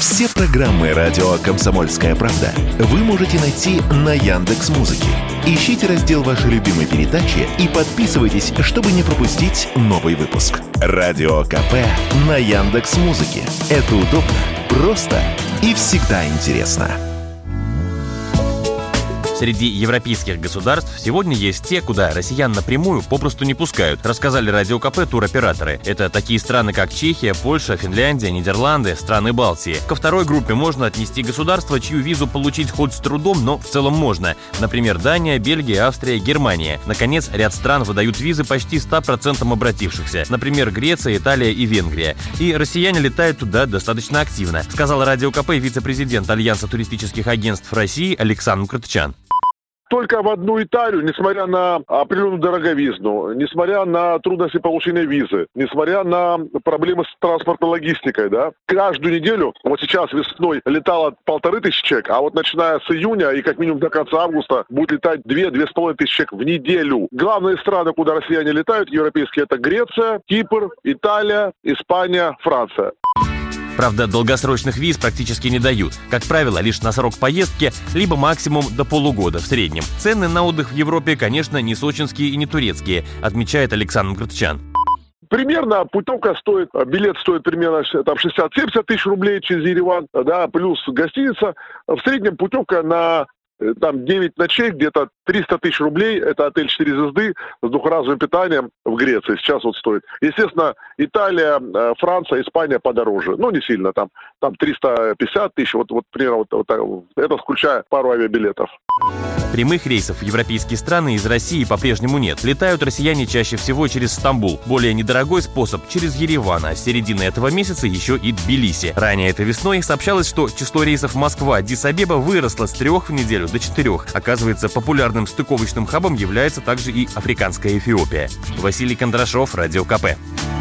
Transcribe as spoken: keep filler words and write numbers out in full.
Все программы радио «Комсомольская правда» вы можете найти на Яндекс.Музыке. Ищите раздел вашей любимой передачи и подписывайтесь, чтобы не пропустить новый выпуск. Радио КП на Яндекс.Музыке. Это удобно, просто и всегда интересно. Среди европейских государств сегодня есть те, куда россиян напрямую попросту не пускают, рассказали Радио КП туроператоры. Это такие страны, как Чехия, Польша, Финляндия, Нидерланды, страны Балтии. Ко второй группе можно отнести государства, чью визу получить хоть с трудом, но в целом можно. Например, Дания, Бельгия, Австрия, Германия. Наконец, ряд стран выдают визы почти ста процентам обратившихся. Например, Греция, Италия и Венгрия. И россияне летают туда достаточно активно, сказал Радио КП вице-президент Альянса туристических агентств России Александр Кртчан. Только в одну Италию, несмотря на определенную дороговизну, несмотря на трудности получения визы, несмотря на проблемы с транспортной логистикой, да, каждую неделю, вот сейчас весной летало полторы тысячи человек, а вот начиная с июня и как минимум до конца августа будет летать две-две с половиной тысячи человек в неделю. Главные страны, куда россияне летают, европейские, это Греция, Кипр, Италия, Испания, Франция. Правда, долгосрочных виз практически не дают. Как правило, лишь на срок поездки, либо максимум до полугода в среднем. Цены на отдых в Европе, конечно, не сочинские и не турецкие, отмечает Александр Кртчан. Примерно путевка стоит, билет стоит примерно там шестьдесят-семьдесят тысяч рублей через Ереван, да, плюс гостиница. В среднем путевка на там девять ночей, где-то триста тысяч рублей, это отель четыре звезды с двухразовым питанием в Греции, сейчас вот стоит. Естественно, Италия, Франция, Испания подороже, но не сильно, там, там триста пятьдесят тысяч, вот, вот примерно вот, вот, это включая пару авиабилетов. Прямых рейсов в европейские страны из России по-прежнему нет. Летают россияне чаще всего через Стамбул. Более недорогой способ через Ереван, а с середины этого месяца еще и Тбилиси. Ранее этой весной сообщалось, что число рейсов Москва-Аддис-Абеба выросло с трех в неделю до четырех. Оказывается, популярным стыковочным хабом является также и африканская Эфиопия. Василий Кондрашов, Радио КП.